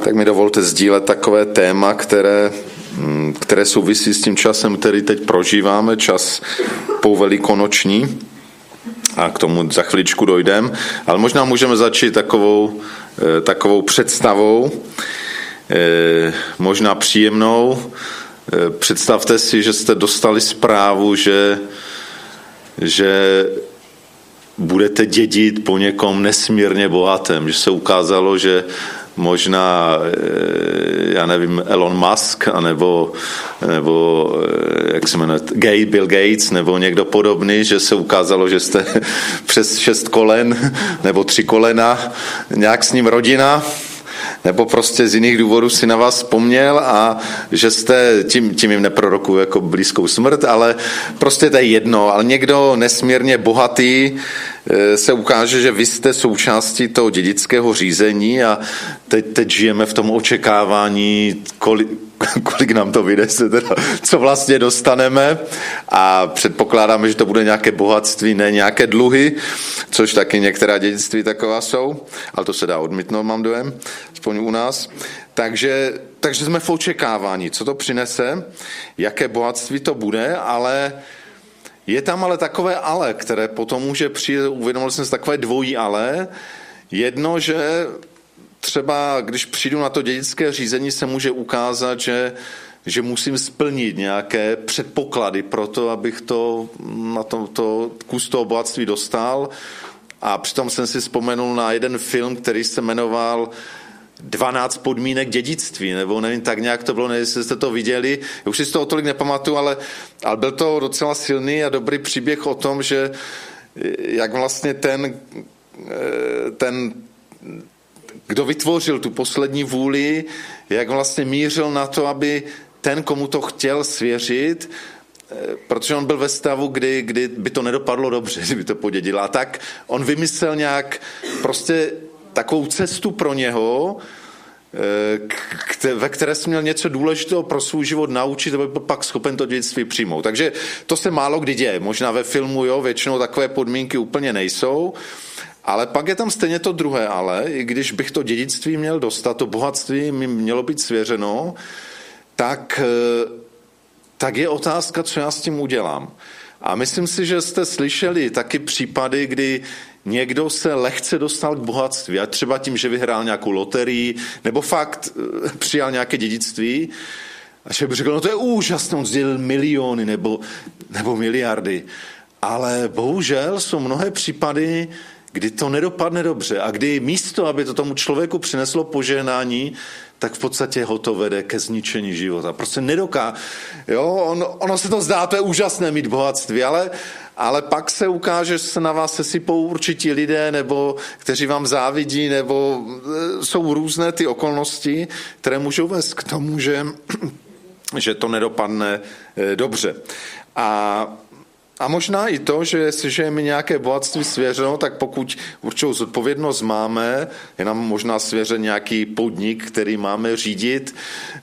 Tak mi dovolte sdílet takové téma, které souvisí s tím časem, který teď prožíváme, čas povelikonoční, a k tomu za chviličku dojdem, ale možná můžeme začít takovou představou, možná příjemnou. Představte si, že jste dostali zprávu, že budete dědit po někom nesmírně bohatém, že se ukázalo, že možná, já nevím, Elon Musk, nebo jak se jmenuje, Bill Gates, nebo někdo podobný, že se ukázalo, že jste přes 6 kolen, nebo 3 kolena, nějak s ním rodina, nebo prostě z jiných důvodů si na vás vzpomněl a že jste, tím jim neprorokuju jako blízkou smrt, ale prostě to je jedno, ale někdo nesmírně bohatý se ukáže, že vy jste součástí toho dědického řízení a teď žijeme v tom očekávání, kolik nám to vyjde, co vlastně dostaneme a předpokládáme, že to bude nějaké bohatství, ne nějaké dluhy, což taky některá dědictví taková jsou, ale to se dá odmítnout, mám dojem, aspoň u nás. Takže jsme v očekávání, co to přinese, jaké bohatství to bude, ale je tam ale takové ale, které potom může přijít, uvědomil jsem si takové dvojí ale. Jedno, že třeba když přijdu na to dědické řízení, se může ukázat, že musím splnit nějaké předpoklady pro to, abych na to kus toho bohatství dostal. A přitom jsem si vzpomenul na jeden film, který se jmenoval 12 podmínek dědictví, nebo nevím, tak nějak to bylo, nevím, jestli jste to viděli. Já už si z toho tolik nepamatuju, ale byl to docela silný a dobrý příběh o tom, že jak vlastně ten kdo vytvořil tu poslední vůli, jak vlastně mířil na to, aby ten, komu to chtěl svěřit, protože on byl ve stavu, kdy by to nedopadlo dobře, kdyby to podědil. A tak on vymyslel nějak prostě takovou cestu pro něho, ve které jsem měl něco důležitého pro svůj život naučit, aby byl pak schopen to dědictví přijmout. Takže to se málo kdy děje. Možná ve filmu, většinou takové podmínky úplně nejsou, ale pak je tam stejně to druhé ale, i když bych to dědictví měl dostat, to bohatství mi mělo být svěřeno, tak je otázka, co já s tím udělám. A myslím si, že jste slyšeli taky případy, kdy někdo se lehce dostal k bohatství, a třeba tím, že vyhrál nějakou loterii, nebo fakt přijal nějaké dědictví, a že by řekl, no to je úžasné, on sdělil miliony nebo miliardy. Ale bohužel jsou mnohé případy, kdy to nedopadne dobře a kdy místo, aby to tomu člověku přineslo požehnání, tak v podstatě ho to vede ke zničení života. Prostě nedokáže. Ono se to zdá, to je úžasné mít bohatství, ale pak se ukáže, že se na vás sesypou určití lidé, nebo kteří vám závidí, nebo jsou různé ty okolnosti, které můžou vést k tomu, že to nedopadne dobře. A možná i to, že jestliže je mi nějaké bohatství svěřeno, tak pokud určitou zodpovědnost máme, je nám možná svěřen nějaký podnik, který máme řídit,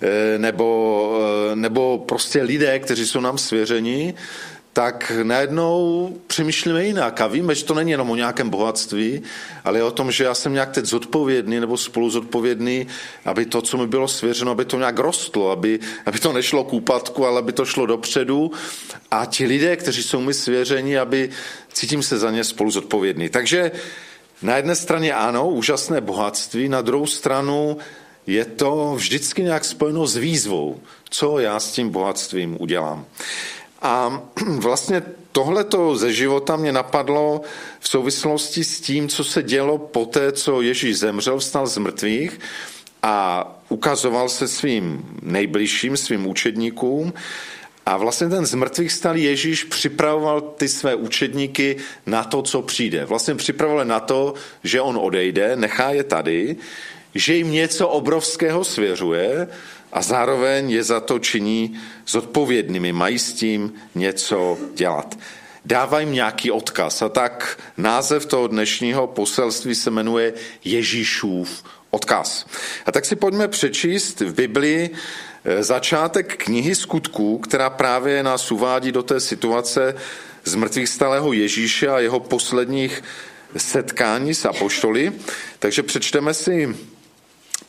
nebo prostě lidé, kteří jsou nám svěřeni, tak najednou přemýšlíme jinak a víme, že to není jenom o nějakém bohatství, ale je o tom, že já jsem nějak teď zodpovědný nebo spolu zodpovědný, aby to, co mi bylo svěřeno, aby to nějak rostlo, aby to nešlo k úpadku, ale aby to šlo dopředu a ti lidé, kteří jsou mi svěřeni, aby cítím se za ně spolu zodpovědný. Takže na jedné straně ano, úžasné bohatství, na druhou stranu je to vždycky nějak spojeno s výzvou, co já s tím bohatstvím udělám. A vlastně tohleto ze života mě napadlo v souvislosti s tím, co se dělo poté, co Ježíš zemřel, vstal z mrtvých a ukazoval se svým nejbližším, svým učedníkům. A vlastně ten z mrtvých vstalý Ježíš připravoval ty své učedníky na to, co přijde. Vlastně připravoval na to, že on odejde, nechá je tady, že jim něco obrovského svěřuje, a zároveň je za to činí zodpovědnými, mají s tím něco dělat. Dává jim nějaký odkaz. A tak název toho dnešního poselství se jmenuje Ježíšův odkaz. A tak si pojďme přečíst v Biblii začátek knihy Skutků, která právě nás uvádí do té situace zmrtvýchvstalého Ježíše a jeho posledních setkání s apoštoly. Takže přečteme si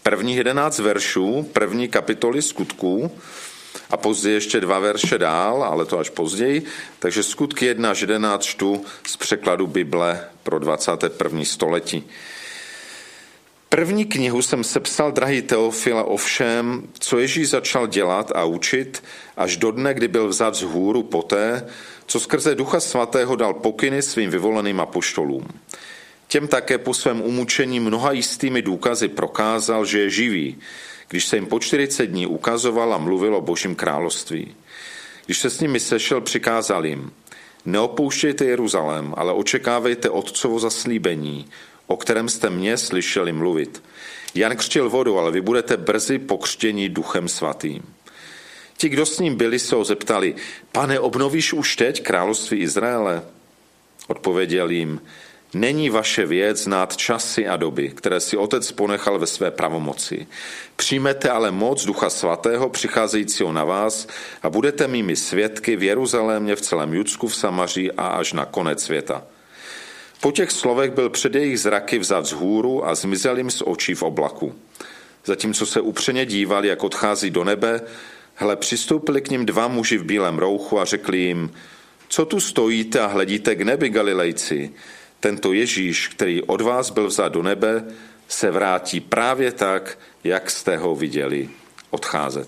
prvních 11 veršů, první kapitoly Skutků a později ještě 2 verše dál, ale to až později. Takže Skutky 1 až 11 čtu z překladu Bible pro 21. století. První knihu jsem sepsal, drahý Teofile, o všem, co Ježíš začal dělat a učit, až do dne, kdy byl vzat z hůru poté, co skrze Ducha Svatého dal pokyny svým vyvoleným apoštolům. Těm také po svém umučení mnoha jistými důkazy prokázal, že je živý, když se jim po 40 dní ukazoval a mluvil o Božím království. Když se s nimi sešel, přikázal jim: neopouštějte Jeruzalém, ale očekávejte Otcovo zaslíbení, o kterém jste mě slyšeli mluvit. Jan křtil vodou, ale vy budete brzy pokřtěni Duchem Svatým. Ti, kdo s ním byli, se ho zeptali: Pane, obnovíš už teď království Izraele? Odpověděl jim: není vaše věc znát časy a doby, které si Otec ponechal ve své pravomoci. Přijmete ale moc Ducha Svatého, přicházejícího na vás, a budete mými svědky v Jeruzalémě, v celém Judsku, v Samaří a až na konec světa. Po těch slovech byl před jejich zraky vzat z hůru a zmizel jim z očí v oblaku. Zatímco se upřeně dívali, jak odchází do nebe, hle, přistoupili k nim 2 muži v bílém rouchu a řekli jim: co tu stojíte a hledíte k nebi, Galilejci? Tento Ježíš, který od vás byl vzat do nebe, se vrátí právě tak, jak jste ho viděli odcházet.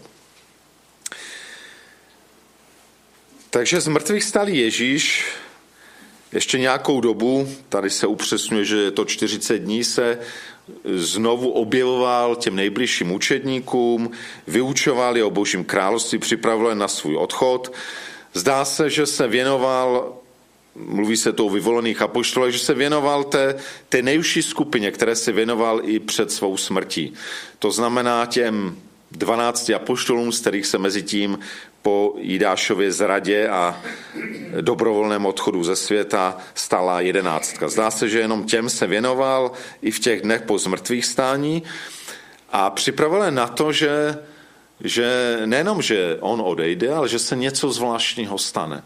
Takže z mrtvých vstalý Ježíš ještě nějakou dobu, tady se upřesňuje, že je to 40 dní, se znovu objevoval těm nejbližším učedníkům, vyučoval je o Božím království, připravoval na svůj odchod. Zdá se, že se věnoval, mluví se to o vyvolených apoštolech, že se věnoval té nejužší skupině, které se věnoval i před svou smrtí. To znamená těm 12 apoštolům, z kterých se mezi tím po Jidášově zradě a dobrovolném odchodu ze světa stala 11. Zdá se, že jenom těm se věnoval i v těch dnech po zmrtvýchvstání a připravoval na to, že nejenom, že on odejde, ale že se něco zvláštního stane.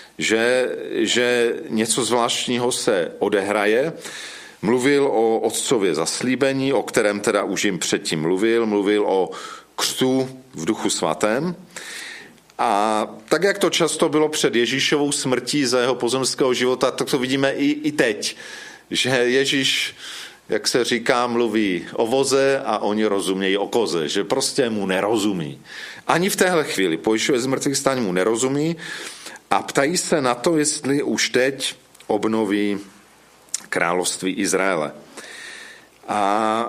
Že něco zvláštního se odehraje. Mluvil o Otcově zaslíbení, o kterém teda už jim předtím mluvil o křtu v Duchu Svatém. A tak, jak to často bylo před Ježíšovou smrtí za jeho pozemského života, tak to vidíme i teď. Že Ježíš, jak se říká, mluví o voze a oni rozumějí o koze. Že prostě mu nerozumí. Ani v téhle chvíli po Ježíšově zmrtvýchvstání mu nerozumí a ptají se na to, jestli už teď obnoví království Izraele. A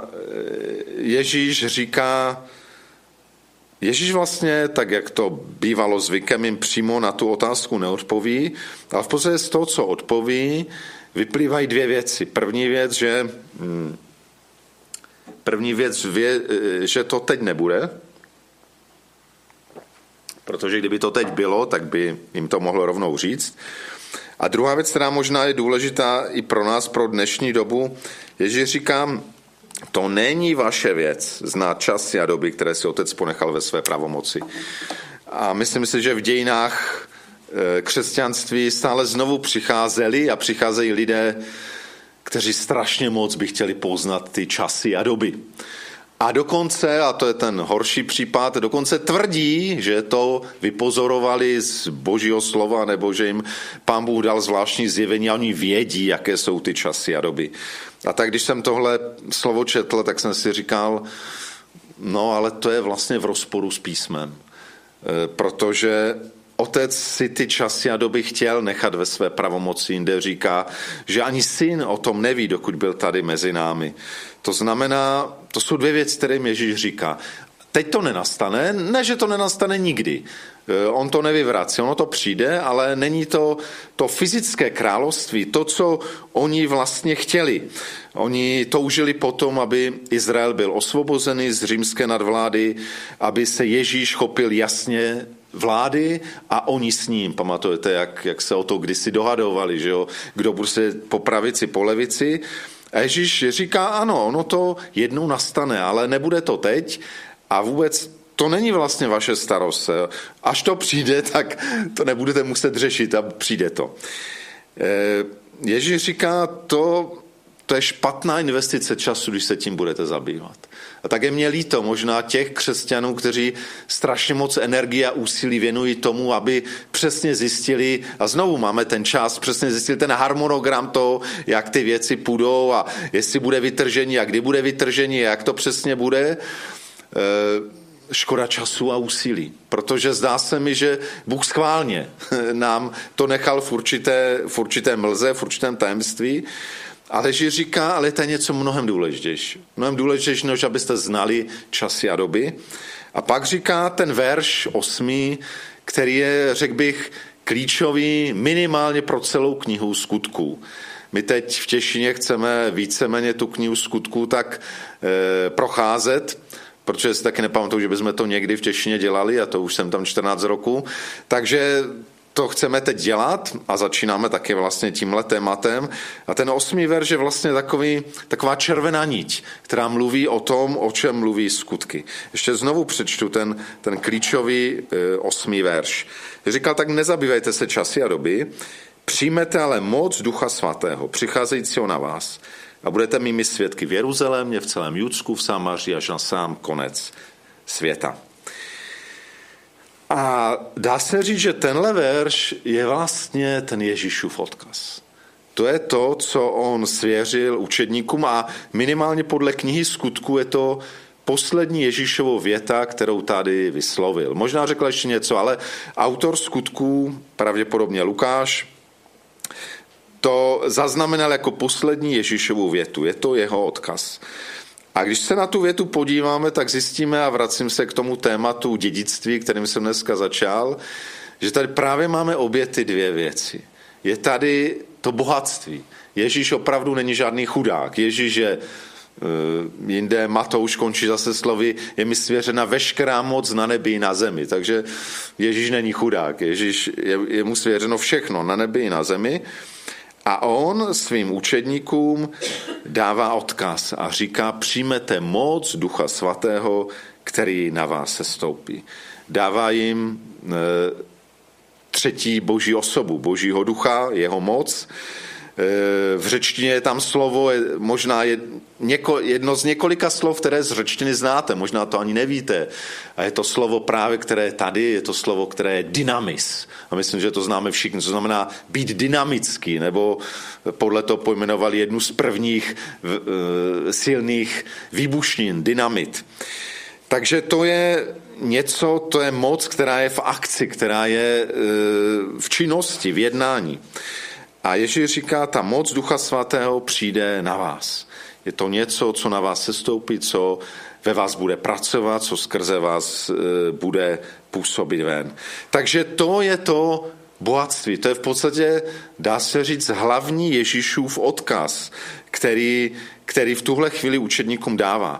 Ježíš vlastně, tak jak to bývalo zvykem, jim přímo na tu otázku neodpoví, ale v podstatě z toho, co odpoví, vyplývají 2 věci. První věc, že to teď nebude, protože kdyby to teď bylo, tak by jim to mohlo rovnou říct. A druhá věc, která možná je důležitá i pro nás, pro dnešní dobu, Ježíš říká: to není vaše věc znát časy a doby, které si Otec ponechal ve své pravomoci. A myslím si, že v dějinách křesťanství stále znovu přicházejí lidé, kteří strašně moc by chtěli poznat ty časy a doby. A dokonce, a to je ten horší případ, dokonce tvrdí, že to vypozorovali z Božího slova, nebo že jim Pán Bůh dal zvláštní zjevení a oni vědí, jaké jsou ty časy a doby. A tak když jsem tohle slovo četl, tak jsem si říkal, no ale to je vlastně v rozporu s písmem. Protože Otec si ty časy a doby chtěl nechat ve své pravomoci, jinde říká, že ani syn o tom neví, dokud byl tady mezi námi. To znamená, to jsou 2 věci, které Ježíš říká. Teď to nenastane, ne, že to nenastane nikdy. On to nevyvrací, ono to přijde, ale není to fyzické království, to, co oni vlastně chtěli. Oni toužili potom, aby Izrael byl osvobozený z římské nadvlády, aby se Ježíš chopil jasně vlády a oni s ním. Pamatujete, jak se o to kdysi dohadovali, že jo? Kdo bude po pravici, po levici. A Ježíš říká, ano, ono to jednou nastane, ale nebude to teď a vůbec to není vlastně vaše starost. Až to přijde, tak to nebudete muset řešit a přijde to. Ježíš říká, to je špatná investice času, když se tím budete zabývat. A tak je mě líto možná těch křesťanů, kteří strašně moc energie a úsilí věnují tomu, aby přesně zjistili, a znovu máme ten čas, přesně zjistili ten harmonogram toho, jak ty věci půjdou a jestli bude vytržení a kdy bude vytržení, jak to přesně bude. Škoda času a úsilí, protože zdá se mi, že Bůh schválně nám to nechal v určité mlze, v určitém tajemství, ale že říká, ale to je něco mnohem důležitější. Mnohem důležitější, než abyste znali časy a doby. A pak říká ten verš 8, který je, řekl bych, klíčový minimálně pro celou knihu Skutků. My teď v češtině chceme víceméně tu knihu Skutků tak procházet, protože si taky nepamatuju, že bychom to někdy v češtině dělali, a to už jsem tam 14 roku. Takže to chceme teď dělat a začínáme taky vlastně tímhle tématem. A ten 8. verš je vlastně taková červená niť, která mluví o tom, o čem mluví Skutky. Ještě znovu přečtu ten klíčový 8. verš. Říkal, tak nezabývejte se časy a doby, přijmete ale moc Ducha Svatého, přicházejícího na vás, a budete mými svědky v Jeruzalémě, v celém Judsku, v Samaří až na sám konec světa. A dá se říct, že tenhle verš je vlastně ten Ježíšův odkaz. To je to, co on svěřil učedníkům a minimálně podle knihy Skutků je to poslední Ježíšovo věta, kterou tady vyslovil. Možná řekl ještě něco, ale autor Skutků, pravděpodobně Lukáš, to zaznamenal jako poslední Ježíšovu větu. Je to jeho odkaz. A když se na tu větu podíváme, tak zjistíme, a vracím se k tomu tématu dědictví, kterým jsem dneska začal, že tady právě máme obě ty dvě věci. Je tady to bohatství. Ježíš opravdu není žádný chudák. Ježíš je jinde, Matouš končí zase slovy, je mi svěřena veškerá moc na nebi i na zemi. Takže Ježíš není chudák. Ježíš je mu svěřeno všechno na nebi i na zemi. A on svým učedníkům dává odkaz a říká, přijmete moc Ducha Svatého, který na vás sestoupí. Dává jim třetí boží osobu, božího ducha, jeho moc. V řečtině je tam slovo, možná jedno z několika slov, které z řečtiny znáte, možná to ani nevíte. A je to slovo právě, které je tady, je to slovo, které je dynamis. A myslím, že to známe všichni, co znamená být dynamický, nebo podle toho pojmenovali jednu z prvních silných výbušnin, dynamit. Takže to je něco, to je moc, která je v akci, která je v činnosti, v jednání. A Ježíš říká, ta moc Ducha Svatého přijde na vás. Je to něco, co na vás sestoupí, co ve vás bude pracovat, co skrze vás bude působit ven. Takže to je to bohatství. To je v podstatě, dá se říct, hlavní Ježíšův odkaz, který v tuhle chvíli učedníkům dává.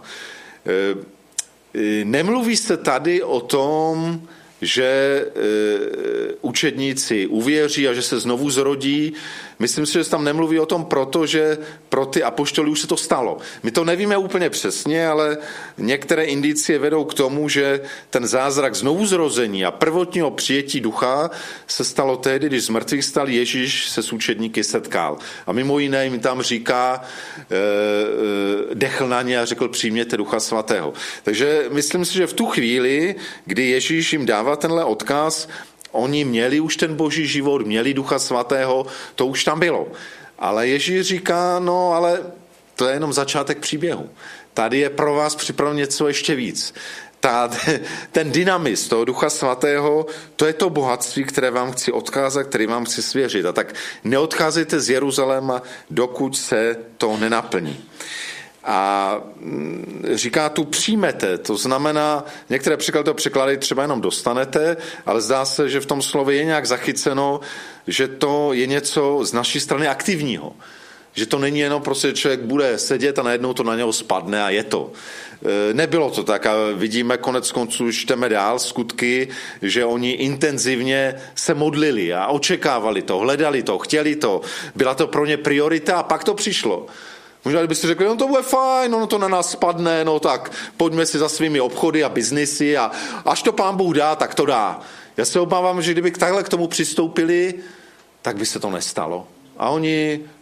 Nemluví se tady o tom, že učedníci uvěří a že se znovu zrodí. Myslím si, že se tam nemluví o tom proto, že pro ty apoštoly už se to stalo. My to nevíme úplně přesně, ale některé indicie vedou k tomu, že ten zázrak znovuzrození a prvotního přijetí ducha se stalo tehdy, když z mrtvých stal Ježíš se s učedníky setkal. A mimo jiné jim tam říká, dechl na ně a řekl, přijměte Ducha Svatého. Takže myslím si, že v tu chvíli, kdy Ježíš jim dává tenhle odkaz, oni měli už ten boží život, měli Ducha Svatého, to už tam bylo. Ale Ježíš říká, no ale to je jenom začátek příběhu. Tady je pro vás připraven něco ještě víc. Ten dynamis toho Ducha Svatého, to je to bohatství, které vám chci odkázat, který vám chci svěřit. A tak neodcházejte z Jeruzaléma, dokud se to nenaplní. A říká tu přijmete, to znamená, některé překlady to překlady třeba jenom dostanete, ale zdá se, že v tom slově je nějak zachyceno, že to je něco z naší strany aktivního. Že to není jenom prostě, člověk bude sedět a najednou to na něho spadne a je to. Nebylo to tak a vidíme konec konců, čteme dál skutky, že oni intenzivně se modlili a očekávali to, hledali to, chtěli to. Byla to pro ně priorita a pak to přišlo. Možná kdybyste řekli, no to bude fajn, no to na nás spadne, no tak pojďme si za svými obchody a biznisy a až to Pán Bůh dá, tak to dá. Já se obávám, že kdyby takhle k tomu přistoupili, tak by se to nestalo. A oni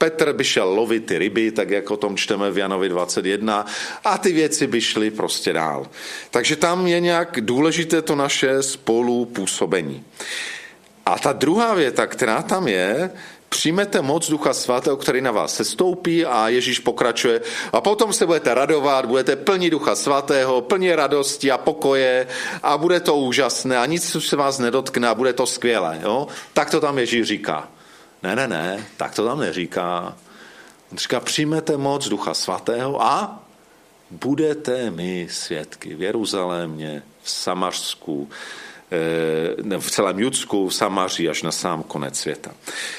Petr by šel lovit ty ryby, tak jak o tom čteme v Janovi 21, a ty věci by šly prostě dál. Takže tam je nějak důležité to naše spolupůsobení. A ta druhá věta, která tam je, přijmete moc Ducha Svatého, který na vás sestoupí, a Ježíš pokračuje, a potom se budete radovat, budete plní Ducha Svatého, plní radosti a pokoje a bude to úžasné a nic se vás nedotkne a bude to skvělé. Jo? Tak to tam Ježíš říká. Ne, tak to tam neříká. On říká, přijmete moc Ducha Svatého a budete mi svědky v Jeruzalémě, v Samařsku, v celém Judsku, v Samaří až na sám konec světa.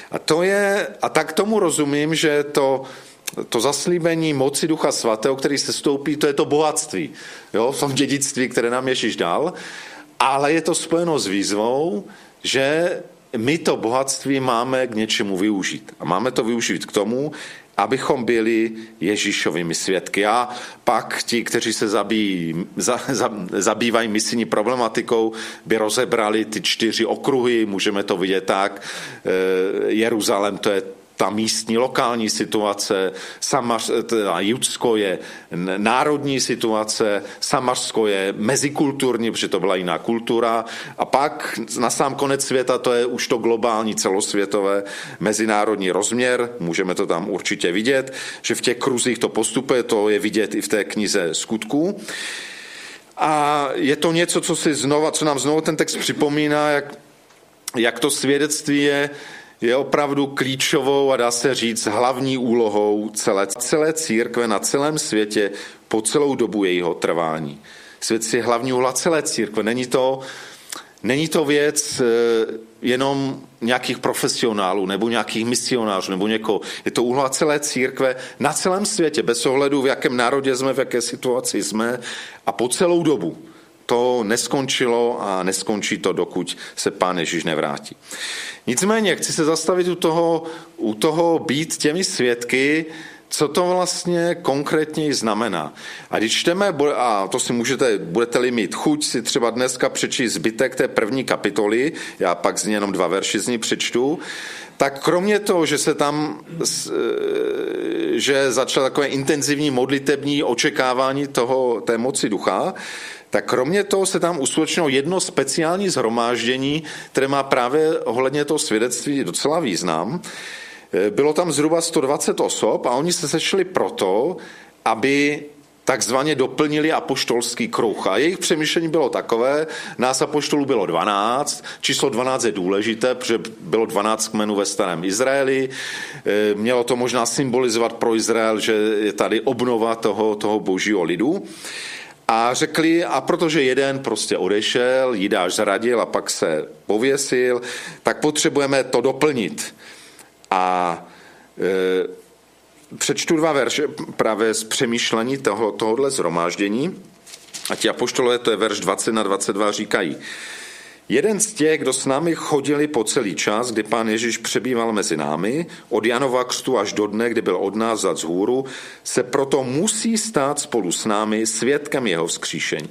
A tak tomu rozumím, že to zaslíbení moci Ducha Svatého, který se stoupí, to je to bohatství, jo, v tom dědictví, které nám Ježíš dal, ale je to spojeno s výzvou, že my to bohatství máme k něčemu využít. A máme to využít k tomu, abychom byli Ježíšovými svědky. A pak ti, kteří se zabývají misijní problematikou, by rozebrali ty 4 okruhy, můžeme to vidět tak. Jeruzalém, to je ta místní, lokální situace, Judsko je národní situace, Samařsko je mezikulturní, protože to byla jiná kultura, a pak na sám konec světa to je už to globální, celosvětové, mezinárodní rozměr, můžeme to tam určitě vidět, že v těch kruzích to postupuje, to je vidět i v té knize Skutků. A je to něco, co nám znovu ten text připomíná, jak to svědectví je opravdu klíčovou a dá se říct hlavní úlohou celé církve na celém světě po celou dobu jejího trvání. Svět je hlavní úloha celé církve. Není to věc jenom nějakých profesionálů nebo nějakých misionářů nebo někoho. Je to úloha celé církve na celém světě, bez ohledu, v jakém národě jsme, v jaké situaci jsme, a po celou dobu. To neskončilo a neskončí to, dokud se Pán Ježíš nevrátí. Nicméně chci se zastavit u toho být těmi svědky, co to vlastně konkrétně znamená. A když čteme, a to si budete-li mít chuť si třeba dneska přečíst zbytek té 1. kapitoly, já pak z ní jenom 2 verši z ní přečtu, tak kromě toho, že začalo takové intenzivní modlitební očekávání té moci ducha, tak kromě toho se tam uskutečnilo jedno speciální shromáždění, které má právě ohledně toho svědectví docela význam. Bylo tam zhruba 120 osob a oni se sešli proto, aby takzvaně doplnili apoštolský kruh. A jejich přemýšlení bylo takové, nás apoštolů bylo 12, číslo 12 je důležité, protože bylo 12 kmenů ve starém Izraeli, mělo to možná symbolizovat pro Izrael, že je tady obnova toho božího lidu. A řekli, a protože jeden prostě odešel, Jidáš zradil a pak se pověsil, tak potřebujeme to doplnit. A přečtu 2 verše právě z přemýšlení tohohle shromáždění. A ti apoštolové, to je verš 20-22, říkají: jeden z těch, kdo s námi chodili po celý čas, kdy Pán Ježíš přebýval mezi námi, od Janova křtu až do dne, kdy byl od nás vzat vzhůru, se proto musí stát spolu s námi svědkem jeho vzkříšení.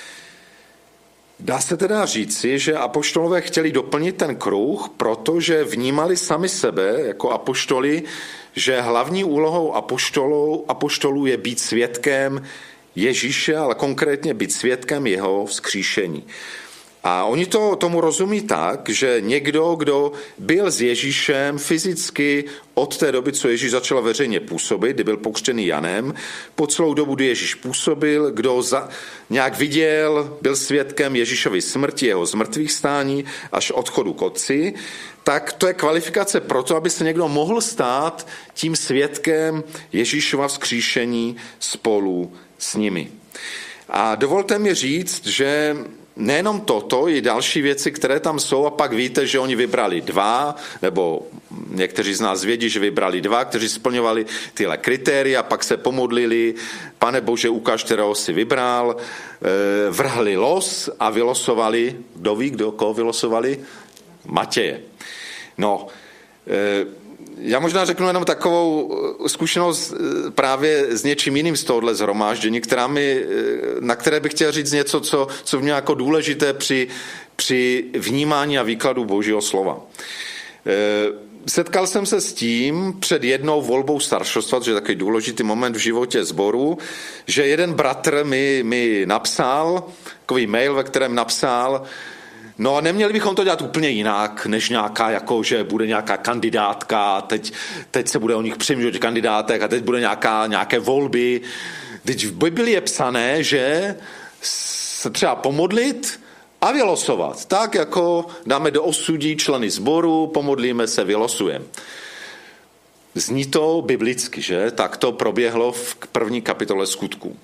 Dá se teda říci, že apoštolové chtěli doplnit ten kruh, protože vnímali sami sebe jako apoštoli, že hlavní úlohou apoštolů je být svědkem Ježíše, ale konkrétně být svědkem jeho vzkříšení. A oni tomu rozumí tak, že někdo, kdo byl s Ježíšem fyzicky od té doby, co Ježíš začal veřejně působit, kdy byl pokřtěný Janem, po celou dobu, kdy Ježíš působil, kdo nějak viděl, byl svědkem Ježíšovy smrti, jeho zmrtvých stání až odchodu k Otci, tak to je kvalifikace pro to, aby se někdo mohl stát tím svědkem Ježíšova vzkříšení spolu s nimi. A dovolte mi říct, že nejenom toto, i další věci, které tam jsou, a pak víte, že oni vybrali 2, nebo někteří z nás vědí, že vybrali 2, kteří splňovali tyhle kritéria, pak se pomodlili, Pane Bože, ukaž, kterého si vybral, vrhli los a vylosovali, kdo ví, koho vylosovali? Matěje. No, já možná řeknu jenom takovou zkušenost právě s něčím jiným z tohohle shromáždění, na které bych chtěl říct něco, co mě jako důležité při vnímání a výkladu Božího slova. setkal jsem se s tím před jednou volbou staršostva, což je takový důležitý moment v životě sboru, že jeden bratr mi napsal, takový mail, ve kterém napsal, no a neměli bychom to dělat úplně jinak, než nějaká, jako že bude nějaká kandidátka, teď se bude o nich přemýšlet kandidátek a teď bude nějaké volby. Teď v Bibli je psané, že se třeba pomodlit a vylosovat. Tak jako dáme do osudí členy sboru, pomodlíme se, vylosujeme. Zní to biblicky, že? Tak to proběhlo v první kapitole Skutků.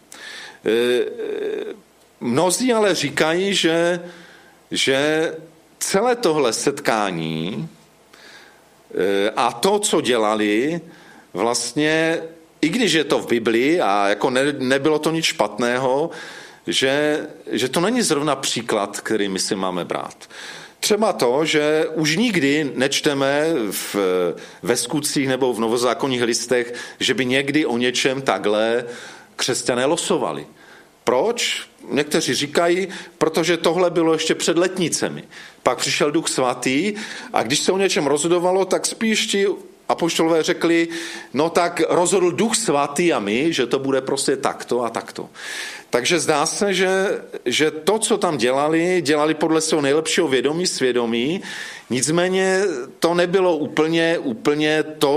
Mnozí ale říkají, že celé tohle setkání a to, co dělali, vlastně, i když je to v Biblii a jako nebylo to nic špatného, že to není zrovna příklad, který my si máme brát. Třeba to, že už nikdy nečteme ve skutcích nebo v novozákonních listech, že by někdy o něčem takhle křesťané losovali. Proč? Někteří říkají, protože tohle bylo ještě před letnicemi. Pak přišel Duch Svatý a když se o něčem rozhodovalo, tak spíš ti apoštolové řekli, no tak rozhodl Duch Svatý a my, že to bude prostě takto a takto. Takže zdá se, že to, co tam dělali podle svého nejlepšího vědomí, svědomí, nicméně to nebylo úplně to,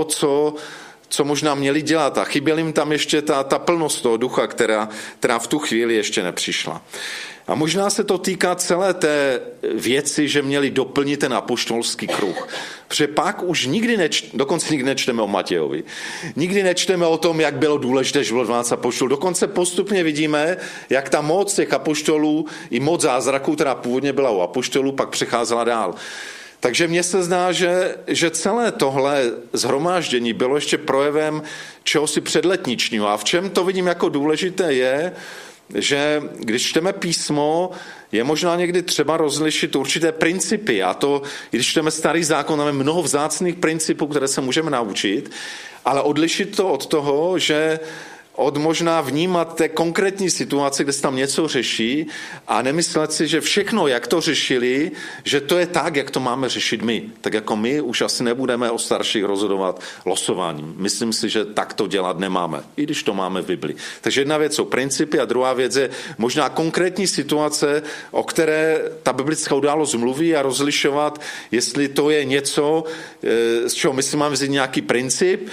co možná měli dělat a chyběl jim tam ještě ta plnost toho ducha, která v tu chvíli ještě nepřišla. A možná se to týká celé té věci, že měli doplnit ten apoštolský kruh. Protože pak už dokonce nikdy nečteme o Matějovi. Nikdy nečteme o tom, jak bylo důležité, že bylo 12 apoštolů. Dokonce postupně vidíme, jak ta moc těch apoštolů i moc zázraků, která původně byla u apoštolů, pak přecházela dál. Takže mně se zdá, že celé tohle shromáždění bylo ještě projevem čehosi předletničního. A v čem to vidím jako důležité je, že když čteme písmo, je možná někdy třeba rozlišit určité principy. A to, když čteme Starý zákon, máme mnoho vzácných principů, které se můžeme naučit, ale odlišit to od toho, že od možná vnímat té konkrétní situace, kde se tam něco řeší a nemyslet si, že všechno, jak to řešili, že to je tak, jak to máme řešit my. Tak jako my už asi nebudeme o starších rozhodovat losováním. Myslím si, že tak to dělat nemáme, i když to máme v Bibli. Takže jedna věc jsou principy a druhá věc je možná konkrétní situace, o které ta biblická událost mluví a rozlišovat, jestli to je něco, z čeho my si máme vzít nějaký princip,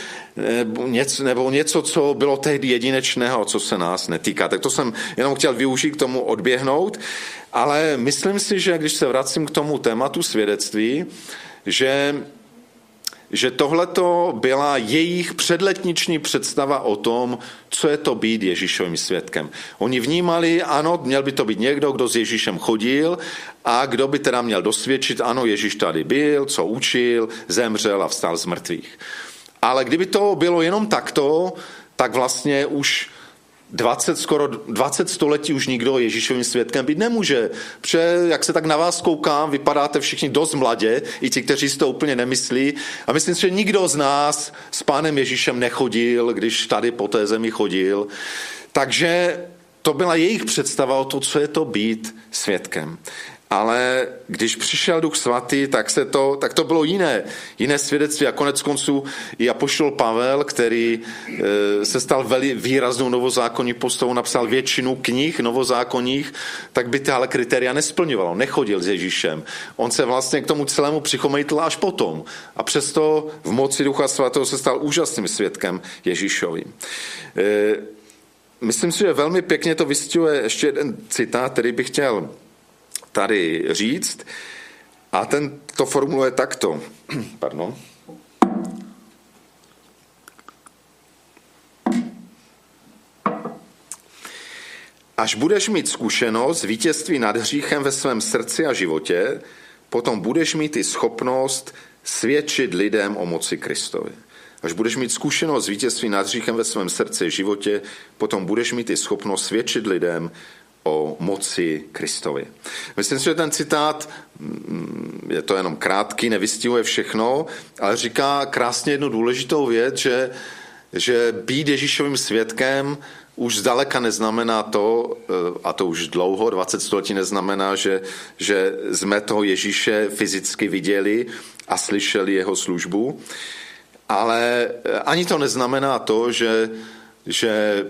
nebo něco, co bylo tehdy jedinečného, co se nás netýká. Tak to jsem jenom chtěl využít k tomu odběhnout, ale myslím si, že když se vracím k tomu tématu svědectví, že tohleto byla jejich předletniční představa o tom, co je to být Ježíšovým svědkem. Oni vnímali, ano, měl by to být někdo, kdo s Ježíšem chodil a kdo by teda měl dosvědčit, ano, Ježíš tady byl, co učil, zemřel a vstal z mrtvých. Ale kdyby to bylo jenom takto, tak vlastně už skoro 20 století už nikdo Ježíšovým svědkem být nemůže. Protože jak se tak na vás koukám, vypadáte všichni dost mladě, i ti, kteří si to úplně nemyslí. A myslím si, že nikdo z nás s Pánem Ježíšem nechodil, když tady po té zemi chodil. Takže to byla jejich představa o to, co je to být svědkem. Ale když přišel Duch Svatý, tak to bylo jiné svědectví a konec konců i apoštol Pavel, který se stal výraznou novozákonní postavou, napsal většinu knih novozákonních, tak by tyhle kritéria nesplňovalo, nechodil s Ježíšem. On se vlastně k tomu celému přichomejtl až potom a přesto v moci Ducha Svatého se stal úžasným svědkem Ježíšovým. Myslím si, že velmi pěkně to vystihuje ještě jeden citát, který bych chtěl tady říct a ten to formuluje takto. Pardon. Až budeš mít zkušenost vítězství nad hříchem ve svém srdci a životě, potom budeš mít i schopnost svědčit lidem o moci Kristově. Až budeš mít zkušenost vítězství nad hříchem ve svém srdci a životě, potom budeš mít i schopnost svědčit lidem o moci Kristově. Myslím si, že ten citát, je to jenom krátký, nevystihuje všechno, ale říká krásně jednu důležitou věc, že být Ježíšovým svědkem už zdaleka neznamená to, a to už dlouho, 20 století neznamená, že jsme toho Ježíše fyzicky viděli, a slyšeli jeho službu, ale ani to neznamená to, že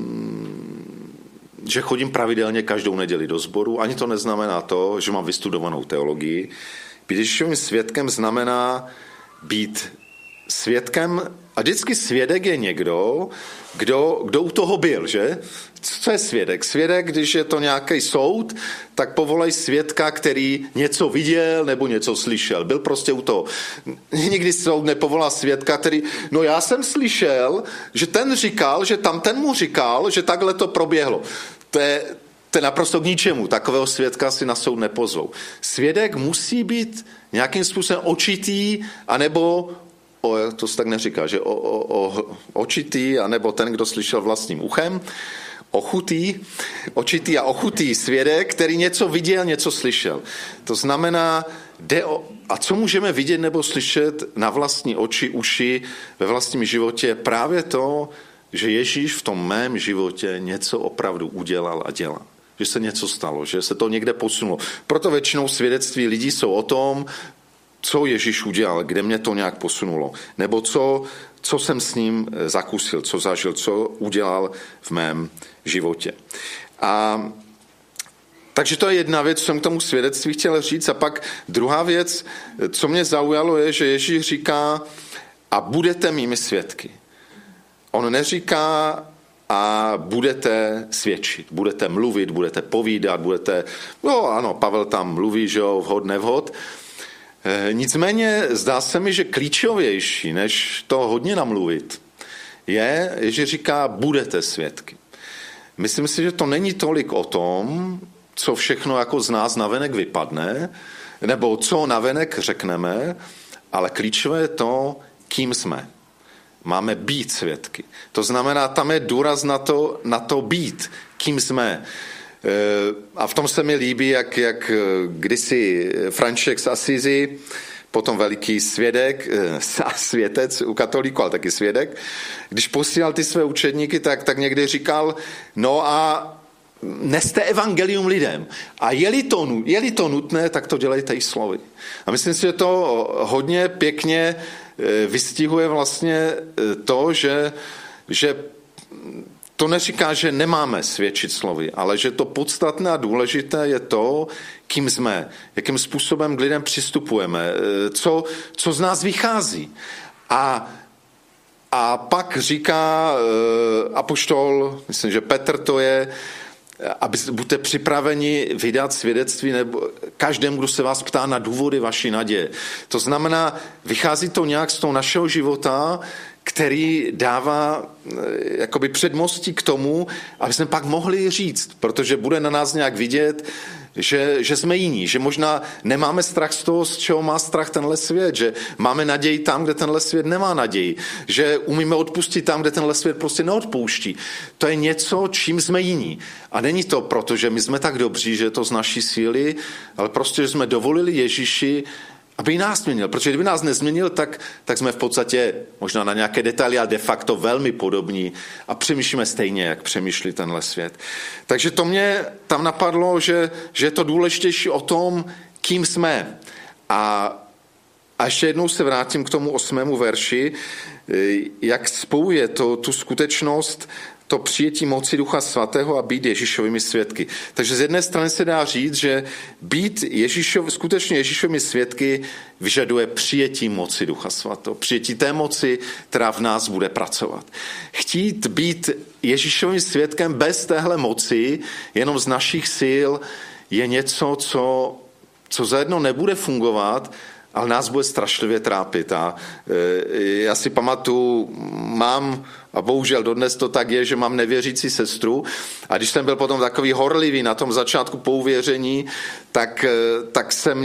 chodím pravidelně každou neděli do sboru, ani to neznamená to, že mám vystudovanou teologii. Být Ježíšovým svědkem znamená být svědkem, a vždycky svědek je někdo, kdo u toho byl, že? Co je svědek? Svědek, když je to nějaký soud, tak povolají svědka, který něco viděl nebo něco slyšel. Byl prostě u toho. Nikdy soud nepovolá svědka, který, no já jsem slyšel, že ten říkal, že tamten mu říkal, že takhle to proběhlo. To je naprosto k ničemu. Takového svědka si na soud nepozvou. Svědek musí být nějakým způsobem očitý, anebo to se tak neříká, že očitý, anebo ten, kdo slyšel vlastním uchem, očitý a ochutý svědek, který něco viděl, něco slyšel. To znamená, a co můžeme vidět nebo slyšet na vlastní oči, uši ve vlastním životě? Právě to, že Ježíš v tom mém životě něco opravdu udělal a dělá. Že se něco stalo, že se to někde posunulo. Proto většinou svědectví lidí jsou o tom, co Ježíš udělal, kde mě to nějak posunulo, nebo co jsem s ním zakusil, co zažil, co udělal v mém životě. Takže to je jedna věc, co jsem k tomu svědectví chtěl říct. A pak druhá věc, co mě zaujalo, je, že Ježíš říká, a budete mými svědky. On neříká, a budete svědčit, budete mluvit, budete povídat, ano, Pavel tam mluví, že jo, vhod, nevhod. Nicméně zdá se mi, že klíčovější, než to hodně namluvit, je, že říká, budete svědky. Myslím si, že to není tolik o tom, co všechno jako z nás navenek vypadne, nebo co navenek řekneme, ale klíčové je to, kým jsme. Máme být svědky. To znamená, tam je důraz na to být, kým jsme. A v tom se mi líbí, jak kdysi František z Assisi, potom veliký světec u katolíků, ale taky svědek, když posílal ty své učedníky, tak někdy říkal, no a neste evangelium lidem. A je-li to nutné, tak to dělejte i slovy. A myslím si, že to hodně pěkně vystihuje vlastně to, že to neříká, že nemáme svědčit slovy, ale že to podstatné a důležité je to, kým jsme, jakým způsobem k lidem přistupujeme, co z nás vychází. A pak říká apoštol, myslím, že Petr to je, aby buďte připraveni vydat svědectví nebo každému, kdo se vás ptá na důvody vaší naděje. To znamená, vychází to nějak z toho našeho života, který dává jakoby předmostí k tomu, aby jsme pak mohli říct, protože bude na nás nějak vidět, že jsme jiní, že možná nemáme strach z toho, z čeho má strach tenhle svět, že máme naději tam, kde tenhle svět nemá naději, že umíme odpustit tam, kde tenhle svět prostě neodpouští. To je něco, čím jsme jiní. A není to proto, že my jsme tak dobří, že je to z naší síly, ale prostě, že jsme dovolili Ježíši, aby nás změnil. Protože kdyby nás nezměnil, tak jsme v podstatě možná na nějaké detaily a de facto velmi podobní a přemýšlíme stejně, jak přemýšlí tenhle svět. Takže to mě tam napadlo, že je to důležitější o tom, kým jsme. A ještě jednou se vrátím k tomu 8. verši, jak spojuje tu skutečnost, to přijetí moci Ducha Svatého a být Ježíšovými svědky. Takže z jedné strany se dá říct, že být skutečně Ježíšovými svědky vyžaduje přijetí moci Ducha Svatého. Přijetí té moci, která v nás bude pracovat. Chtít být Ježíšovým svědkem bez téhle moci, jenom z našich sil, je něco, co zajedno nebude fungovat, ale nás bude strašlivě trápit. A já si pamatuju, a bohužel dodnes to tak je, že mám nevěřící sestru a když jsem byl potom takový horlivý na tom začátku po uvěření, tak jsem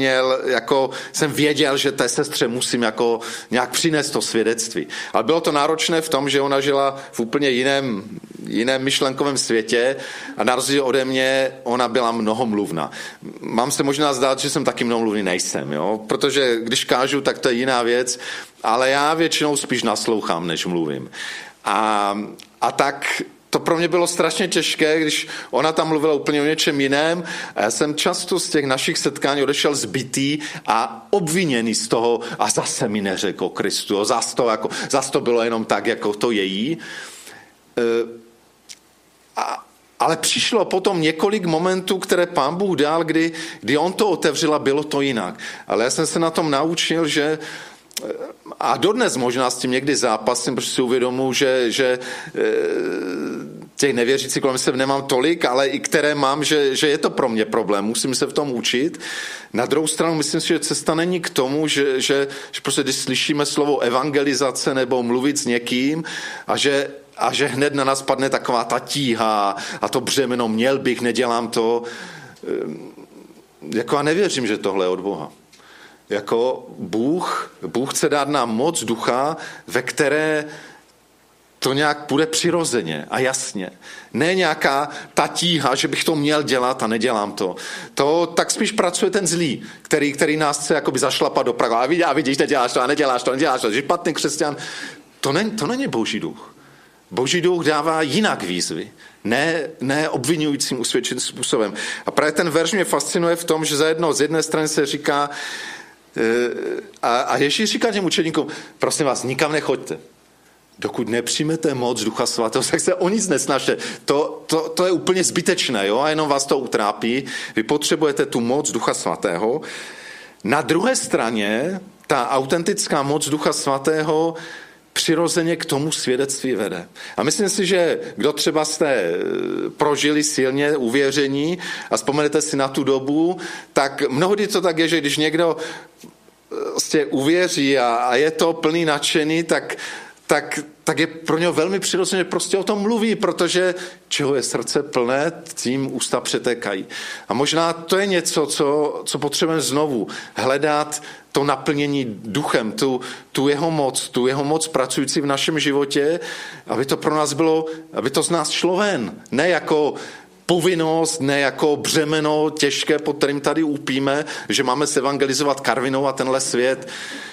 věděl, že té sestře musím jako nějak přinést to svědectví. Ale bylo to náročné v tom, že ona žila v úplně jiném myšlenkovém světě a na rozdíl ode mě ona byla mnohomluvná. Mám se možná zdát, že jsem taky mnohomluvný nejsem, jo? Protože když kážu, tak to je jiná věc, ale já většinou spíš naslouchám, než mluvím. A tak to pro mě bylo strašně těžké, když ona tam mluvila úplně o něčem jiném a já jsem často z těch našich setkání odešel zbitý a obviněný z toho a zase mi neřekl o Kristu, zas to bylo jenom tak, jako to její. Ale přišlo potom několik momentů, které Pán Bůh dal, kdy on to otevřel a bylo to jinak. Ale já jsem se na tom naučil, že a dodnes možná s tím někdy zápasím, protože si uvědomuji, že těch nevěřících kolem sebe nemám tolik, ale i které mám, že je to pro mě problém. Musím se v tom učit. Na druhou stranu myslím si, že cesta není k tomu, že prostě když slyšíme slovo evangelizace nebo mluvit s někým a že hned na nás padne taková ta tíha a to břemeno, měl bych, nedělám to. Jako já nevěřím, že tohle je od Boha. Jako Bůh chce dát nám moc ducha, ve které to nějak půjde přirozeně a jasně. Ne nějaká ta tíha, že bych to měl dělat a nedělám to. To tak spíš pracuje ten zlý, který nás chce jakoby zašlapat do prahu. A vidíš, neděláš to a neděláš to. Že špatný křesťan. To není Boží duch. Boží duch dává jinak výzvy. Ne obvinujícím, usvědčeným způsobem. A právě ten verš mě fascinuje v tom, že z jedné strany se říká, a Ježíš říká těm učeníkům, prosím vás, nikam nechoďte. Dokud nepřijmete moc Ducha Svatého, tak se o nic nesnažte. To je úplně zbytečné, jo? A jenom vás to utrápí. Vy potřebujete tu moc Ducha Svatého. Na druhé straně ta autentická moc Ducha Svatého přirozeně k tomu svědectví vede. A myslím si, že kdo třeba jste prožili silně uvěření a vzpomenete si na tu dobu, tak mnohdy to tak je, že když někdo uvěří a je to plný nadšený, tak je pro něho velmi přirozené, že prostě o tom mluví, protože čeho je srdce plné, tím ústa přetékají. A možná to je něco, co potřebujeme znovu hledat, to naplnění duchem, tu jeho moc pracující v našem životě, aby to pro nás bylo, aby to z nás šlo ven. Ne jako povinnost, ne jako břemeno těžké, pod kterým tady úpíme, že máme se evangelizovat Karvinou a tenhle svět.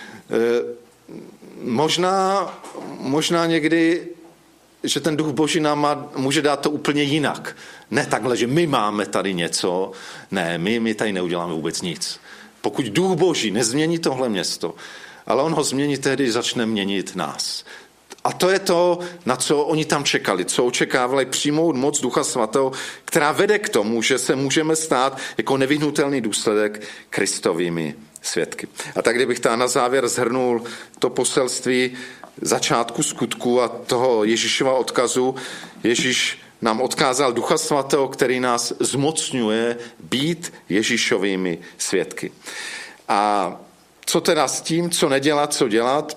Možná někdy, že ten duch Boží nám může dát to úplně jinak. Ne takhle, že my máme tady něco. Ne, my tady neuděláme vůbec nic. Pokud duch Boží nezmění tohle město, ale on ho změní tehdy, když začne měnit nás. A to je to, na co oni tam čekali, co očekávali přijmout moc Ducha Svatého, která vede k tomu, že se můžeme stát jako nevyhnutelný důsledek Kristovými svědky. A tak kdybych na závěr shrnul to poselství začátku skutku a toho Ježíšova odkazu, Ježíš nám odkázal Ducha Svatého, který nás zmocňuje být Ježíšovými svědky. A co teda s tím, co nedělat, co dělat?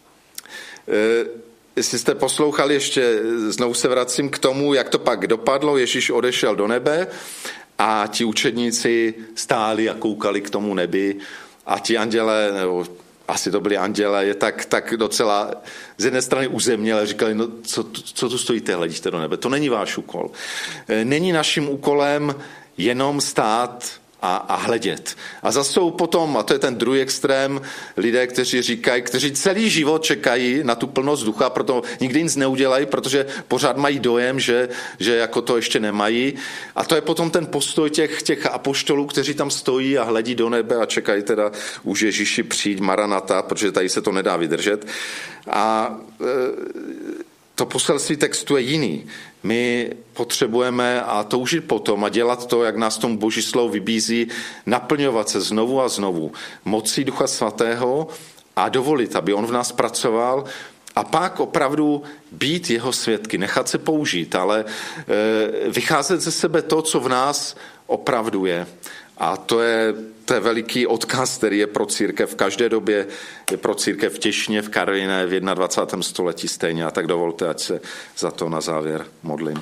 Jestli jste poslouchali, ještě znovu se vracím k tomu, jak to pak dopadlo. Ježíš odešel do nebe a ti učedníci stáli a koukali k tomu nebi a ti anděle, nebo asi to byli anděle, je tak docela z jedné strany uzemněle, říkali, no co tu stojíte, hledíte do nebe, to není váš úkol. Není naším úkolem jenom stát a hledět. A zase jsou potom, a to je ten druhý extrém, lidé, kteří celý život čekají na tu plnost ducha, proto nikdy nic neudělají, protože pořád mají dojem, že jako to ještě nemají. A to je potom ten postoj těch apoštolů, kteří tam stojí a hledí do nebe a čekají teda už Ježíši přijď, Maranata, protože tady se to nedá vydržet. A to poselství textu je jiný. My potřebujeme a toužit potom a dělat to, jak nás tomu Boží slovo vybízí, naplňovat se znovu a znovu mocí Ducha Svatého a dovolit, aby on v nás pracoval a pak opravdu být jeho svědky, nechat se použít, ale vycházet ze sebe to, co v nás opravdu je. A to je veliký odkaz, který je pro církev v každé době, je pro církev v Těšně, v Karviné, v 21. století stejně. A tak dovolte, ať se za to na závěr modlím.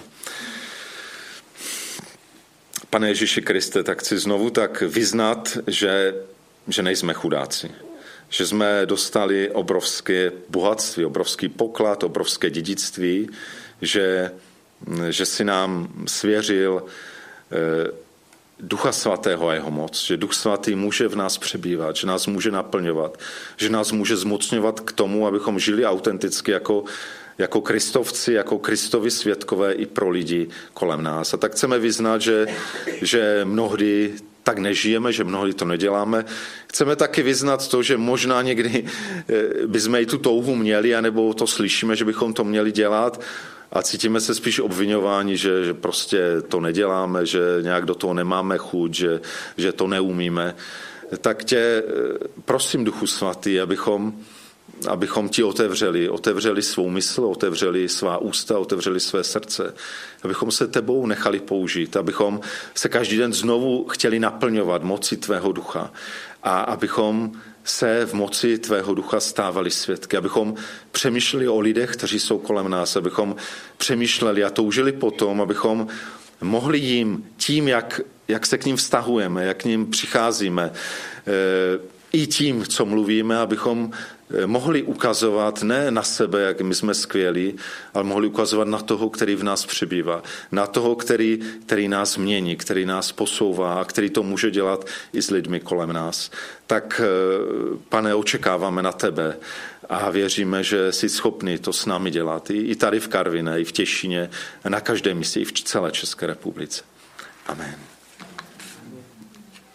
Pane Ježíši Kriste, tak chci znovu tak vyznat, že nejsme chudáci. Že jsme dostali obrovské bohatství, obrovský poklad, obrovské dědictví, že si nám svěřil Ducha Svatého a jeho moc, že Duch Svatý může v nás přebývat, že nás může naplňovat, že nás může zmocňovat k tomu, abychom žili autenticky jako jako kristovci, jako Kristovi svědkové i pro lidi kolem nás. A tak chceme vyznat, že mnohdy tak nežijeme, že mnohdy to neděláme. Chceme taky vyznat to, že možná někdy bychom i tu touhu měli, anebo to slyšíme, že bychom to měli dělat a cítíme se spíš obviňováni, že prostě to neděláme, že nějak do toho nemáme chuť, že to neumíme. Tak tě prosím, Duchu Svatý, abychom ti otevřeli svou mysl, otevřeli svá ústa, otevřeli své srdce, abychom se tebou nechali použít, abychom se každý den znovu chtěli naplňovat moci tvého ducha a abychom se v moci tvého ducha stávali svědky, abychom přemýšleli o lidech, kteří jsou kolem nás, abychom přemýšleli a toužili potom, abychom mohli jim tím, jak se k ním vztahujeme, jak k ním přicházíme, i tím, co mluvíme, abychom mohli ukazovat ne na sebe, jak my jsme skvělí, ale mohli ukazovat na toho, který v nás přibývá, na toho, který nás mění, který nás posouvá a který to může dělat i s lidmi kolem nás. Tak, Pane, očekáváme na tebe a věříme, že jsi schopný to s námi dělat i tady v Karviné, i v Těšíně, na každém místě, i v celé České republice. Amen.